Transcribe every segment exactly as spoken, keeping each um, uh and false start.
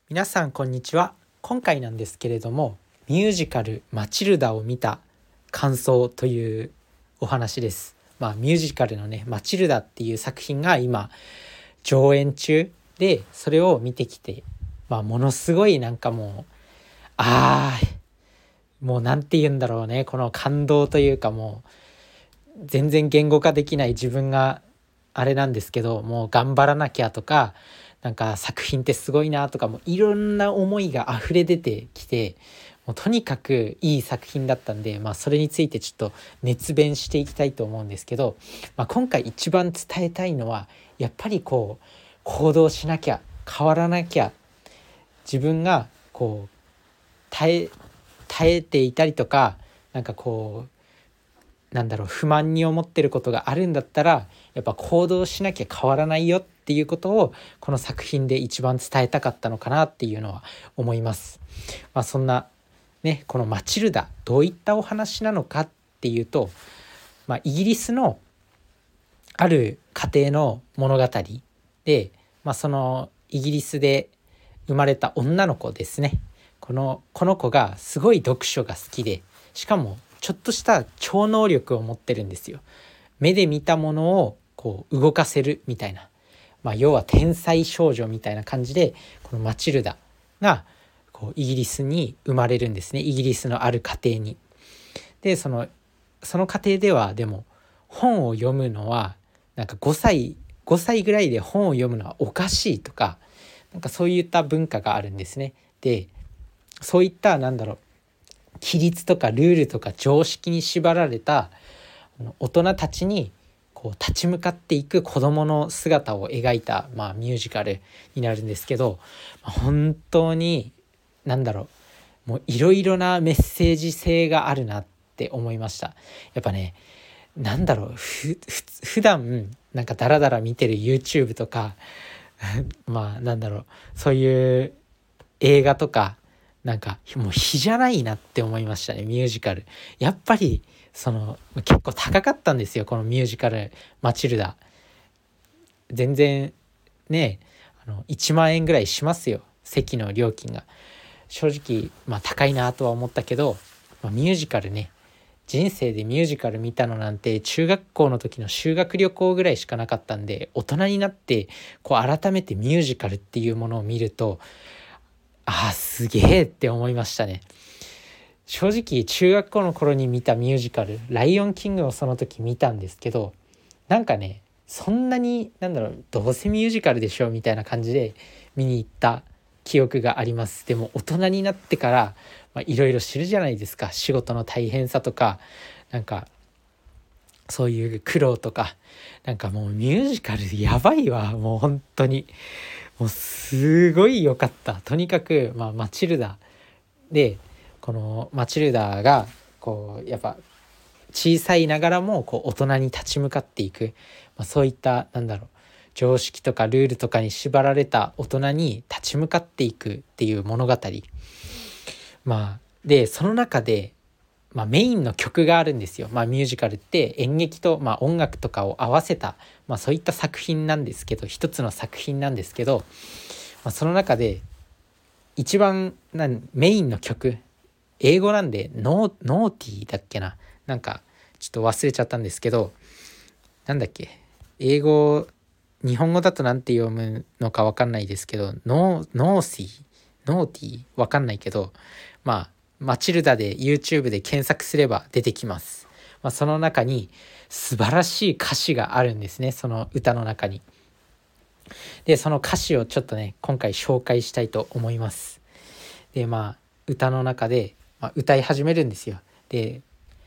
皆さんこんにちは。今回なんですけれども、ミュージカルマチルダを見た感想というお話です。まあミュージカルのねマチルダっていう作品が今上演中で、それを見てきて、まあものすごいなんかもうあーもうなんて言うんだろうね、この感動というか、もう全然言語化できない自分があれなんですけど、もう頑張らなきゃとか、なんか作品ってすごいなとか、もういろんな思いが溢れ出てきて、もうとにかくいい作品だったんで、まあそれについてちょっと熱弁していきたいと思うんですけど、まあ、今回一番伝えたいのはやっぱりこう行動しなきゃ、変わらなきゃ、自分がこう耐え耐えていたりとか、なんかこうなんだろう不満に思ってることがあるんだったら、やっぱ行動しなきゃ変わらないよっていうことをこの作品で一番伝えたかったのかなっていうのは思います。まあ、そんなね、このマチルダどういったお話なのかっていうと、まあ、イギリスのある家庭の物語で、まあ、そのイギリスで生まれた女の子ですね。このこの子がすごい読書が好きで、しかもちょっとした超能力を持ってるんですよ。目で見たものをこう動かせるみたいな、まあ、要は天才少女みたいな感じで、このマチルダがこうイギリスに生まれるんですね。イギリスのある家庭に。でそのその家庭ではでも本を読むのはなんかごさいごさいぐらいで本を読むのはおかしいとか、なんかそういった文化があるんですね。でそういったなんだろう規律とかルールとか常識に縛られた大人たちにこう立ち向かっていく子どもの姿を描いた、まあ、ミュージカルになるんですけど、本当になんだろうもういろいろなメッセージ性があるなって思いました。やっぱね、なんだろうふふ普段なんかダラダラ見てる YouTube とかまあなんだろうそういう映画とか、なんかもう比じゃないなって思いましたね。ミュージカルやっぱりその結構高かったんですよ、このミュージカルマチルダ。全然ね、あのいちまん円ぐらいしますよ、席の料金が。正直まあ高いなとは思ったけど、まあ、ミュージカルね、人生でミュージカル見たのなんて中学校の時の修学旅行ぐらいしかなかったんで、大人になってこう改めてミュージカルっていうものを見ると、あーすげえって思いましたね。正直中学校の頃に見たミュージカルライオンキングをその時見たんですけど、なんかねそんなになんだろうどうせミュージカルでしょみたいな感じで見に行った記憶があります。でも大人になってからいろいろ知るじゃないですか。仕事の大変さとか、なんかそういう苦労とか、なんかもうミュージカルやばいわ、もう本当にもうすごい良かった。とにかく、まあ、マチルダで、このマチルダがこうやっぱ小さいながらもこう大人に立ち向かっていく、まあ、そういったなんだろう常識とかルールとかに縛られた大人に立ち向かっていくっていう物語。まあでその中で、まあ、メインの曲があるんですよ。まあ、ミュージカルって演劇と、まあ、音楽とかを合わせた、まあ、そういった作品なんですけど、一つの作品なんですけど、まあ、その中で一番なんメインの曲、英語なんでノー、ノーティーだっけな、なんかちょっと忘れちゃったんですけど、なんだっけ英語日本語だとなんて読むのか分かんないですけど、ノーノーシーノーティー分かんないけど、まあマチルダで YouTube で検索すれば出てきます。まあ、その中に素晴らしい歌詞があるんですね、その歌の中に。でその歌詞をちょっとね今回紹介したいと思います。でまあ歌の中で、まあ、歌い始めるんですよ。で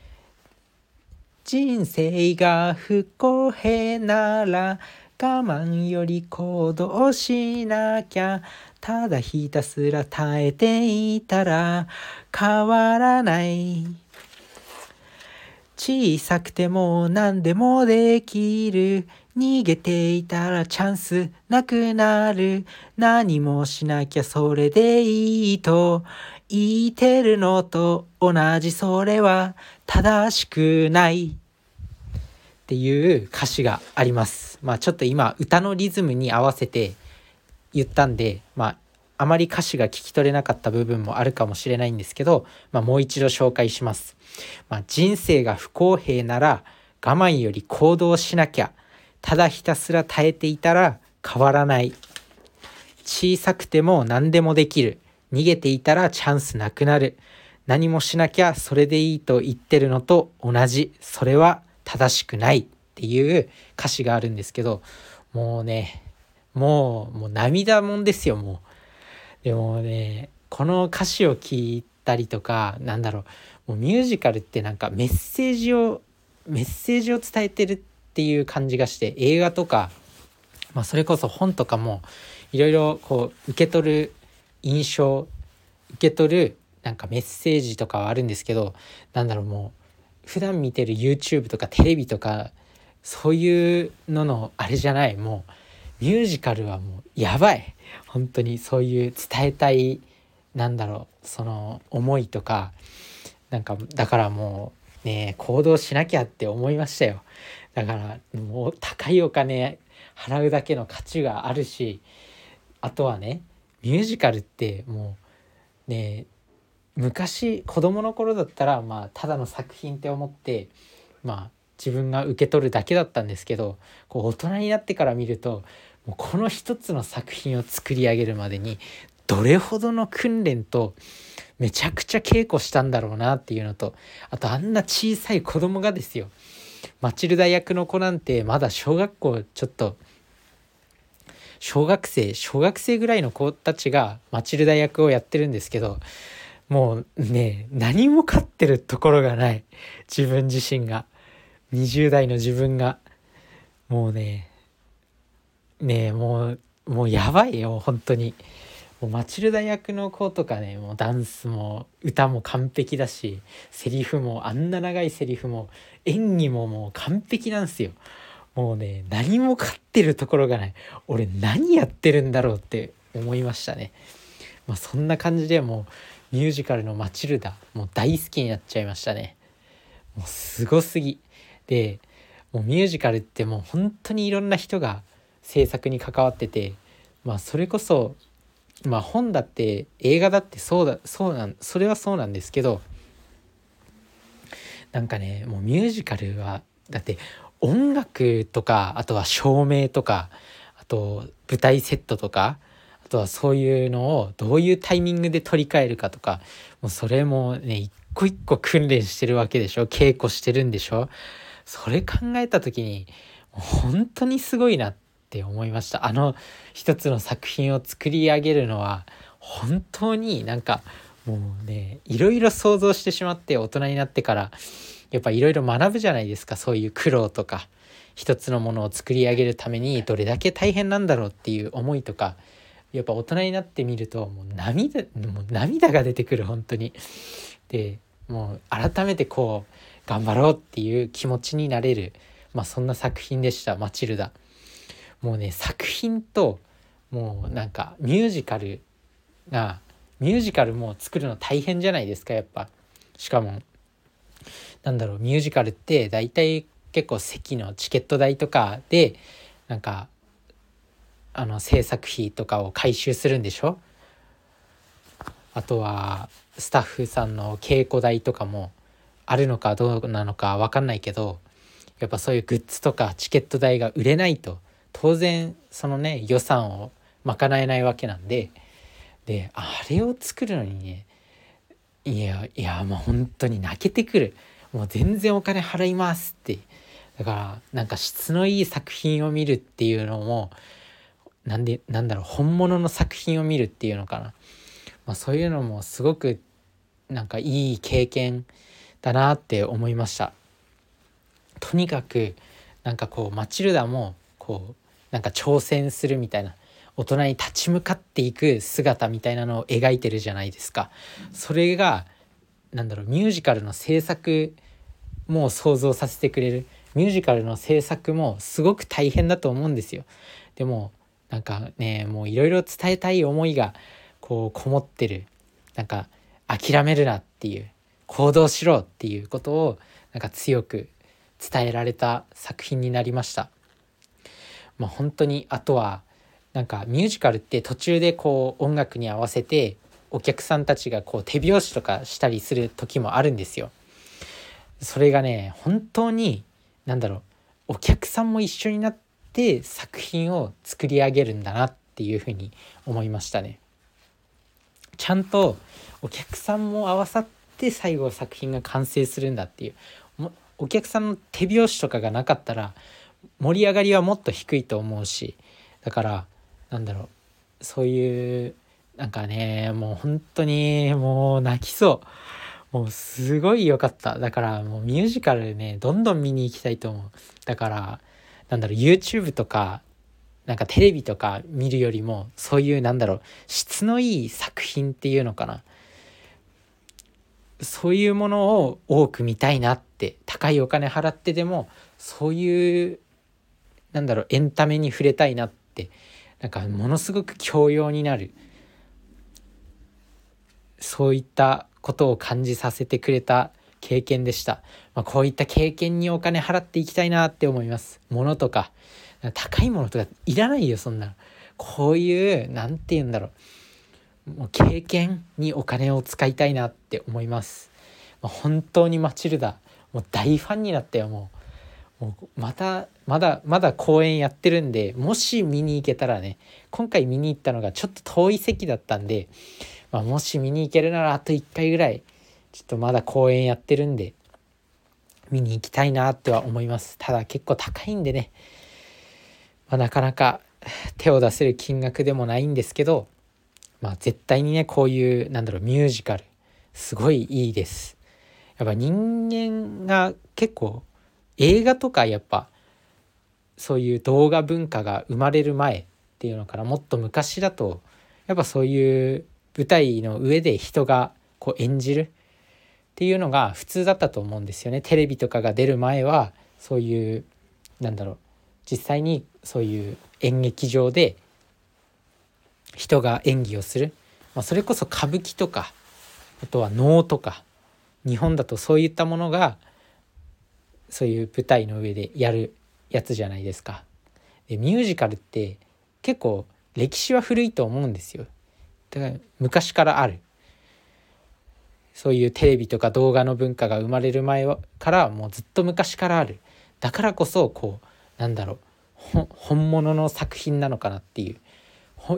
人生が不公平なら我慢より行動しなきゃ、ただひたすら耐えていたら変わらない、小さくても何でもできる、逃げていたらチャンスなくなる、何もしなきゃそれでいいと言ってるのと同じ、それは正しくないっていう歌詞があります。まあちょっと今歌のリズムに合わせて言ったんで、まああまり歌詞が聞き取れなかった部分もあるかもしれないんですけど、まあ、もう一度紹介します。まあ、人生が不公平なら我慢より行動しなきゃ。ただひたすら耐えていたら変わらない。小さくても何でもできる。逃げていたらチャンスなくなる。何もしなきゃそれでいいと言ってるのと同じ。それは正しくないっていう歌詞があるんですけど、もうね、もう、もう涙もんですよ、もう。でもね、この歌詞を聞いたりとか、なんだろう、もうミュージカルってなんかメッセージを、メッセージを伝えてるっていう感じがして、映画とか、まあそれこそ本とかもいろいろこう受け取る印象、受け取るなんかメッセージとかはあるんですけど、なんだろう、もう普段見てる YouTube とかテレビとかそういうののあれじゃない、もうミュージカルはもうやばい、本当にそういう伝えたい、なんだろう、その思いとか、なんかだからもうね、行動しなきゃって思いましたよ。だからもう高いお金払うだけの価値があるし、あとはね、ミュージカルってもうね、昔子供の頃だったらまあただの作品って思ってまあ自分が受け取るだけだったんですけど、こう大人になってから見ると、もうこの一つの作品を作り上げるまでにどれほどの訓練とめちゃくちゃ稽古したんだろうなっていうのと、あとあんな小さい子供がですよ、マチルダ役の子なんてまだ小学校ちょっと小学生小学生ぐらいの子たちがマチルダ役をやってるんですけど、もうね、何も勝ってるところがない、自分自身が、にじゅう代の自分が、もうねねもうもうやばいよ本当に。もうマチルダ役の子とかね、もうダンスも歌も完璧だし、セリフもあんな長いセリフも演技ももう完璧なんですよ。もうね、何も勝ってるところがない。俺何やってるんだろうって思いましたね。まあそんな感じでもうミュージカルのマチルダもう大好きになっちゃいましたね。もうすごすぎで、もうミュージカルってもう本当にいろんな人が制作に関わってて、まあそれこそまあ本だって映画だってそうだそうなんそれはそうなんですけど、なんかね、もうミュージカルはだって音楽とか、あとは照明とか、あと舞台セットとか、あとはそういうのをどういうタイミングで取り替えるかとか、もうそれもね一個一個訓練してるわけでしょ、稽古してるんでしょ。それ考えた時に本当にすごいなって思いました。あの一つの作品を作り上げるのは本当になんかもうね、いろいろ想像してしまって、大人になってからやっぱいろいろ学ぶじゃないですか、そういう苦労とか、一つのものを作り上げるためにどれだけ大変なんだろうっていう思いとか、やっぱ大人になってみるともう涙もう涙が出てくる本当に。でもう改めてこう頑張ろうっていう気持ちになれる、まあそんな作品でしたマチルダ。もうね、作品ともうなんかミュージカルがミュージカルも作るの大変じゃないですか、やっぱ。しかもなんだろう、ミュージカルってだいたい結構席のチケット代とかでなんかあの制作費とかを回収するんでしょ。あとはスタッフさんの稽古代とかもあるのかどうなのか分かんないけど、やっぱそういうグッズとかチケット代が売れないと当然そのね予算を賄えないわけなんで、であれを作るのにね、いやいやもう本当に泣けてくる。もう全然お金払いますって。だからなんか質のいい作品を見るっていうのもなんでなんだろう、本物の作品を見るっていうのかな、まあ、そういうのもすごくなんかいい経験だなって思いました。とにかくなんかこうマチルダもこうなんか挑戦するみたいな、大人に立ち向かっていく姿みたいなのを描いてるじゃないですか。それがなんだろう、ミュージカルの制作も想像させてくれる。ミュージカルの制作もすごく大変だと思うんですよ。でもなんかね、もういろいろ伝えたい思いがこうこもってる。なんか諦めるなっていう、行動しろっていうことをなんか強く伝えられた作品になりました。まあ本当にあとはなんかミュージカルって途中でこう音楽に合わせてお客さんたちがこう手拍子とかしたりする時もあるんですよ。それがね本当になんだろうお客さんも一緒になって作品を作り上げるんだなっていうふうに思いましたね。ちゃんとお客さんも合わさって最後作品が完成するんだっていう、お客さんの手拍子とかがなかったら盛り上がりはもっと低いと思うし、だからなんだろうそういうなんかねもう本当にもう泣きそう、もうすごい良かった。だからもうミュージカルねどんどん見に行きたいと思う。だからなんだろう YouTube とかなんかテレビとか見るよりもそういうなんだろう質のいい作品っていうのかな、そういうものを多く見たいなって、高いお金払ってでもそういうなんだろうエンタメに触れたいなって、なんかものすごく教養になる、そういったことを感じさせてくれた経験でした。まあ、こういった経験にお金払っていきたいなって思います。物とか高いものとかいらないよそんな。こういうなんて言うんだろう、もう経験にお金を使いたいなって思います。まあ、本当にマチルダもう大ファンになったよ。もう、もうまたまだまだ公演やってるんで、もし見に行けたらね、今回見に行ったのがちょっと遠い席だったんで、まあ、もし見に行けるならあといっかいぐらいちょっとまだ公演やってるんで見に行きたいなっては思います。ただ結構高いんでね、まあ、なかなか手を出せる金額でもないんですけど、まあ、絶対にねこういうなんだろうミュージカルすごいいいです。やっぱ人間が結構映画とかやっぱそういう動画文化が生まれる前っていうのからもっと昔だとやっぱそういう舞台の上で人がこう演じるっていうのが普通だったと思うんですよね。テレビとかが出る前はそういうなんだろう実際にそういう演劇場で人が演技をする、まあ、それこそ歌舞伎とかあとは能とか日本だとそういったものがそういう舞台の上でやるやつじゃないですか。でミュージカルって結構歴史は古いと思うんですよ。だから昔からあるそういうテレビとか動画の文化が生まれる前からもうずっと昔からある。だからこそこうなんだろう本物の作品なのかなっていう、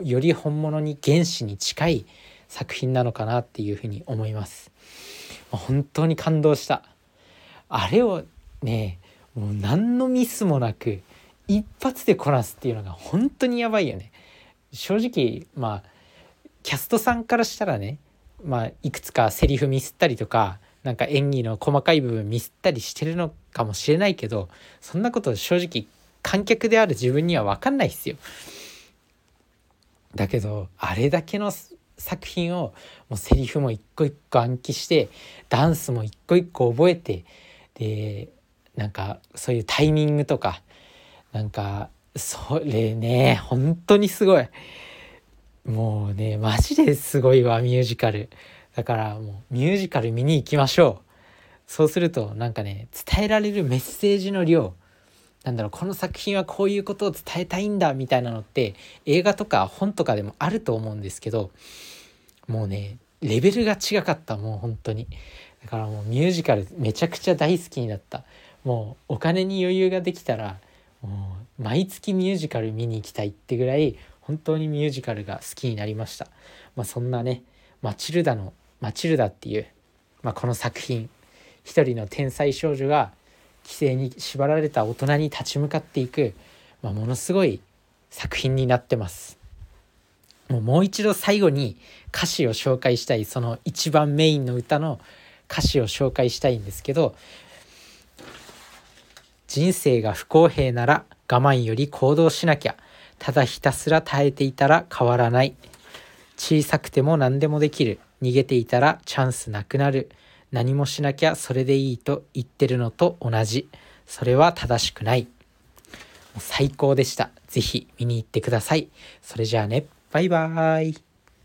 より本物に原始に近い作品なのかなっていうふうに思います。本当に感動した。あれをねもう何のミスもなく一発でこなすっていうのが本当にやばいよね。正直まあキャストさんからしたらね、まあいくつかセリフミスったりとかなんか演技の細かい部分ミスったりしてるのかもしれないけど、そんなこと正直観客である自分には分かんないですよ。だけどあれだけの作品をもうセリフも一個一個暗記してダンスも一個一個覚えて、でなんかそういうタイミングとかなんかそれね本当にすごい。もうねマジですごいわミュージカル。だからもうミュージカル見に行きましょう。そうするとなんかね伝えられるメッセージの量、なんだろうこの作品はこういうことを伝えたいんだみたいなのって映画とか本とかでもあると思うんですけど、もうねレベルが違かった。もう本当にだからもうミュージカルめちゃくちゃ大好きになった。もうお金に余裕ができたらもう毎月ミュージカル見に行きたいってぐらい本当にミュージカルが好きになりました。まあ、そんなねマチルダのマチルダっていう、まあ、この作品一人の天才少女が規制に縛られた大人に立ち向かっていく、まあ、ものすごい作品になってます。もうもう一度最後に歌詞を紹介したい。その一番メインの歌の歌詞を紹介したいんですけど、人生が不公平なら我慢より行動しなきゃ、ただひたすら耐えていたら変わらない、小さくても何でもできる、逃げていたらチャンスなくなる、何もしなきゃそれでいいと言ってるのと同じ、それは正しくない。最高でした。ぜひ見に行ってください。それじゃあね、バイバーイ。